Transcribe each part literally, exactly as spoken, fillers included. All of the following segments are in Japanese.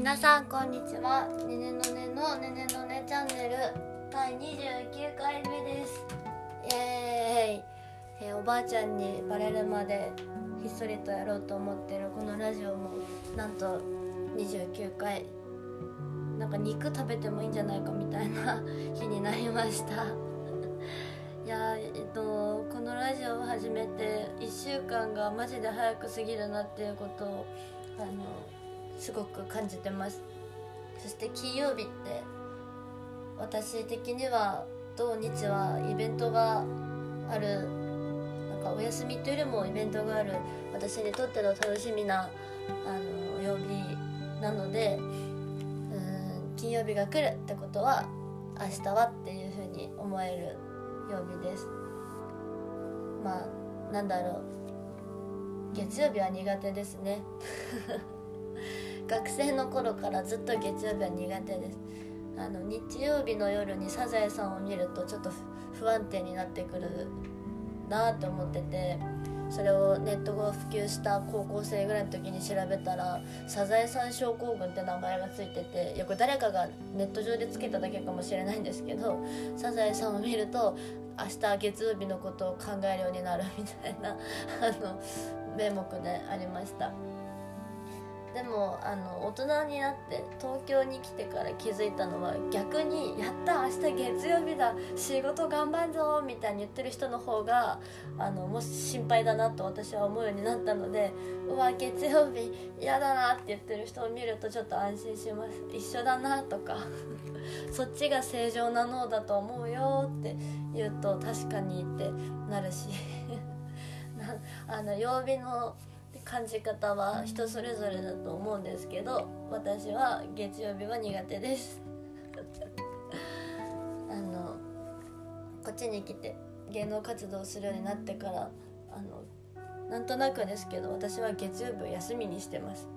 皆さんこんにちは。ねねのねのねねのねチャンネルだいにじゅうきゅうかいめです。イエーイ、えー、おばあちゃんにバレるまでひっそりとやろうと思ってるこのラジオもなんとにじゅうきゅうかい、なんか肉食べてもいいんじゃないかみたいな日になりましたいやえっとこのラジオを始めていっしゅうかんがマジで早く過ぎるなっていうことをあのすごく感じてます。そして金曜日って私的には土日はイベントがある、なんかお休みというよりもイベントがある私にとっての楽しみなあの曜日なので、うーん金曜日が来るってことは明日はっていう風に思える曜日です。まあなんだろう、月曜日は苦手ですね学生の頃からずっと月曜日は苦手です。あの日曜日の夜にサザエさんを見るとちょっと不安定になってくるなと思ってて、それをネットが普及した高校生ぐらいの時に調べたらサザエさん症候群って名前がついてて、よく誰かがネット上でつけただけかもしれないんですけど、サザエさんを見ると明日月曜日のことを考えるようになるみたいなあの名目でありました。でもあの大人になって東京に来てから気づいたのは、逆にやった明日月曜日だ仕事頑張んぞみたいに言ってる人の方があのもし心配だなと私は思うようになったので、うわ月曜日嫌だなって言ってる人を見るとちょっと安心します。一緒だなとかそっちが正常な脳だと思うよって言うと確かにってなるしなあの曜日の感じ方は人それぞれだと思うんですけど、私は月曜日は苦手ですあのこっちに来て芸能活動するようになってからあのなんとなくですけど私は月曜日を休みにしてます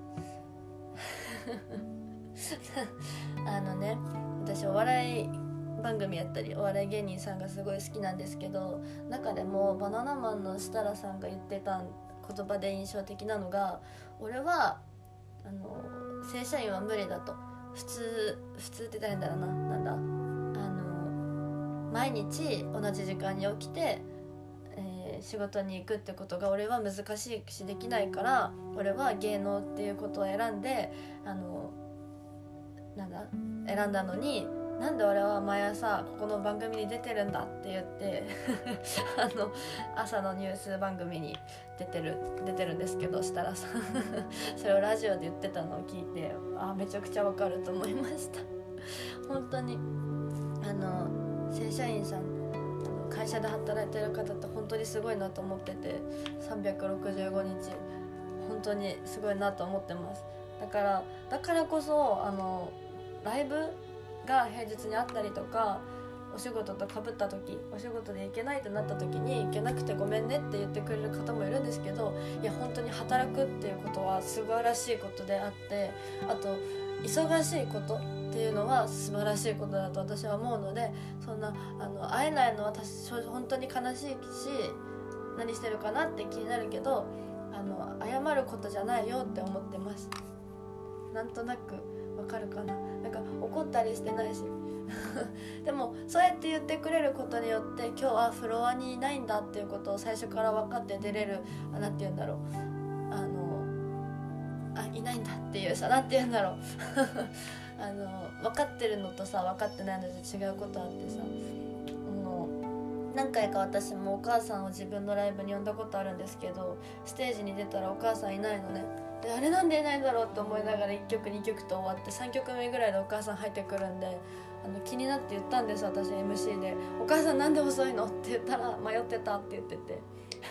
あのね、私お笑い番組やったりお笑い芸人さんがすごい好きなんですけど、中でもバナナマンの設楽さんが言ってた言葉で印象的なのが、俺はあの正社員は無理だと、普通普通って誰だろうな、なんだあの毎日同じ時間に起きて、えー、仕事に行くってことが俺は難しいしできないから、俺は芸能っていうことを選んであのなんだ選んだのに、なんで俺は毎朝ここの番組に出てるんだって言ってあの朝のニュース番組に出てる出てるんですけど、設楽さんそれをラジオで言ってたのを聞いて、あめちゃくちゃわかると思いました本当にあの正社員さん、あの会社で働いてる方って本当にすごいなと思ってて、さんびゃくろくじゅうごにち本当にすごいなと思ってます。だからだからこそあのライブが平日にあったりとか、お仕事と被った時、お仕事で行けないってなった時に行けなくてごめんねって言ってくれる方もいるんですけど、いや本当に働くっていうことは素晴らしいことであって、あと忙しいことっていうのは素晴らしいことだと私は思うので、そんなあの会えないのは私本当に悲しいし、何してるかなって気になるけど、あの謝ることじゃないよって思ってます。なんとなくわかるかな、なんか怒ったりしてないしでもそうやって言ってくれることによって、今日はフロアにいないんだっていうことを最初から分かって出れる、あなんて言うんだろう、あのあいないんだっていうさ、なんて言うんだろうあの分かってるのとさ分かってないのじゃ違うことあってさ、もう何回か私もお母さんを自分のライブに呼んだことあるんですけど、ステージに出たらお母さんいないのね。であれなんでいないんだろうって思いながらいっきょくにきょくと終わって、さんきょくめぐらいでお母さん入ってくるんで、あの気になって言ったんです私 エムシー で、お母さんなんで遅いのって言ったら迷ってたって言ってて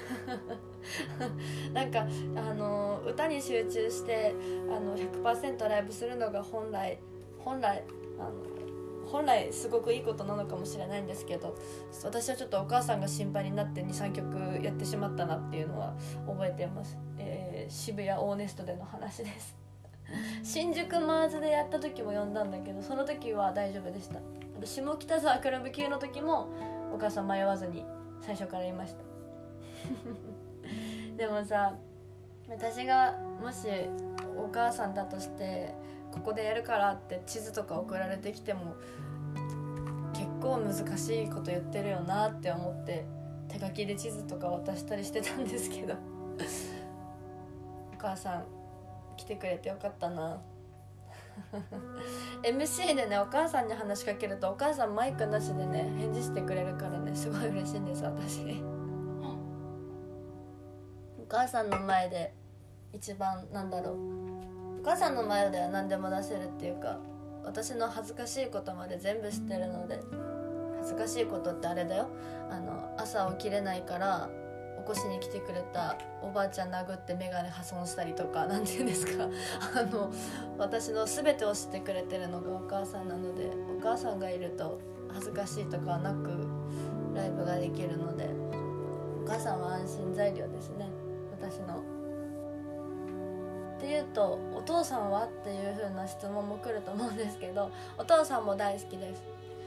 なんかあの歌に集中してあの ひゃくパーセント ライブするのが本来本来あの本来すごくいいことなのかもしれないんですけど、私はちょっとお母さんが心配になって にさんきょくやってしまったなっていうのは覚えています、えー、渋谷オーネストでの話です新宿マーズでやった時も呼んだんだけど、その時は大丈夫でした。下北沢クラブ級の時もお母さん迷わずに最初から言いましたでもさ、私がもしお母さんだとしてここでやるからって地図とか送られてきても結構難しいこと言ってるよなって思って手書きで地図とか渡したりしてたんですけどお母さん来てくれてよかったなエムシー でねお母さんに話しかけるとお母さんマイクなしでね返事してくれるからねすごい嬉しいんです私お母さんの前で一番なんだろうお母さんの前では何でも出せるっていうか私の恥ずかしいことまで全部知ってるので恥ずかしいことってあれだよあの朝起きれないから起こしに来てくれたおばあちゃん殴って眼鏡破損したりとかなんていうんですかあの私の全てを知ってくれてるのがお母さんなのでお母さんがいると恥ずかしいとかはなくライブができるのでお母さんは安心材料ですね私の。っていうとお父さんはっていう風な質問も来ると思うんですけどお父さんも大好きです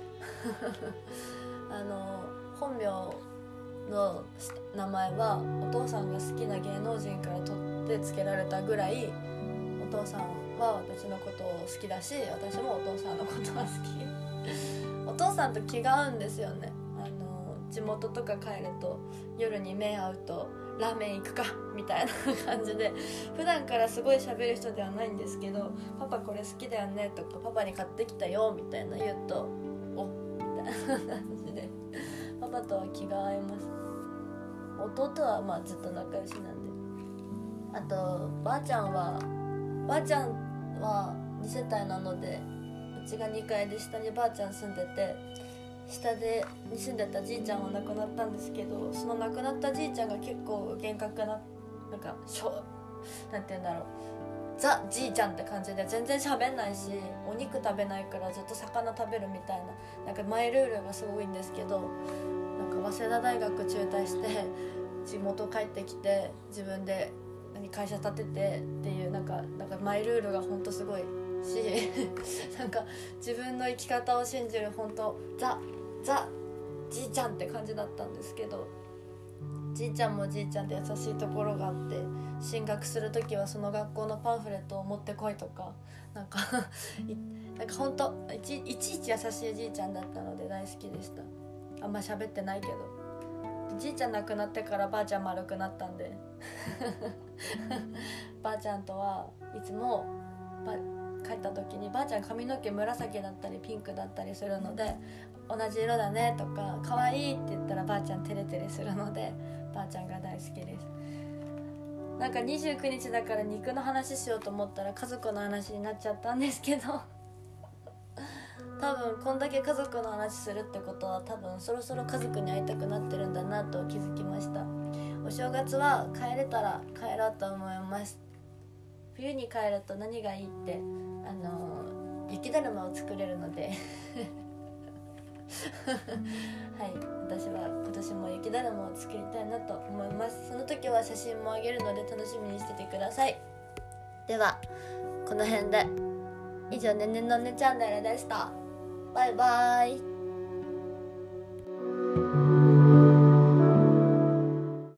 あの本名の名前はお父さんが好きな芸能人から取って付けられたぐらいお父さんは私のことを好きだし私もお父さんのことは好きお父さんと気が合うんですよね。あの地元とか帰ると夜に目合うとラーメン行くかみたいな感じで普段からすごい喋る人ではないんですけどパパこれ好きだよねとかパパに買ってきたよみたいな言うとおみたいな感じでパパとは気が合います。弟はまあずっと仲良しなんであとばあちゃんはばあちゃんはに世帯なのでうちがにかいで下にばあちゃん住んでて下でに住んでたじいちゃんは亡くなったんですけどその亡くなったじいちゃんが結構厳格ななんかしょなんて言うんだろうザじいちゃんって感じで全然喋んないしお肉食べないからずっと魚食べるみたいななんかマイルールがすごいんですけどなんか早稲田大学中退して地元帰ってきて自分で会社立ててっていうなんかなんかマイルールがほんとすごいしなんか自分の生き方を信じるほんとザザじいちゃんって感じだったんですけどじいちゃんもじいちゃんで優しいところがあって進学するときはその学校のパンフレットを持ってこいとかなんかなんかほんといちいちいち優しいじいちゃんだったので大好きでした。あんま喋ってないけどじいちゃん亡くなってからばあちゃん丸くなったんでばあちゃんとはいつもば帰った時にばあちゃん髪の毛紫だったりピンクだったりするので同じ色だねとか可愛いって言ったらばあちゃんテレテレするのでばあちゃんが大好きです。なんかにじゅうくにちだから肉の話しようと思ったら家族の話になっちゃったんですけど多分こんだけ家族の話するってことは多分そろそろ家族に会いたくなってるんだなと気づきました。お正月は帰れたら帰ろうと思います。冬に帰ると何がいいってあの雪だるまを作れるのではい私は今年も雪だるまを作りたいなと思います。その時は写真もあげるので楽しみにしててください。ではこの辺で以上ねねのねチャンネルでした。バイバイ。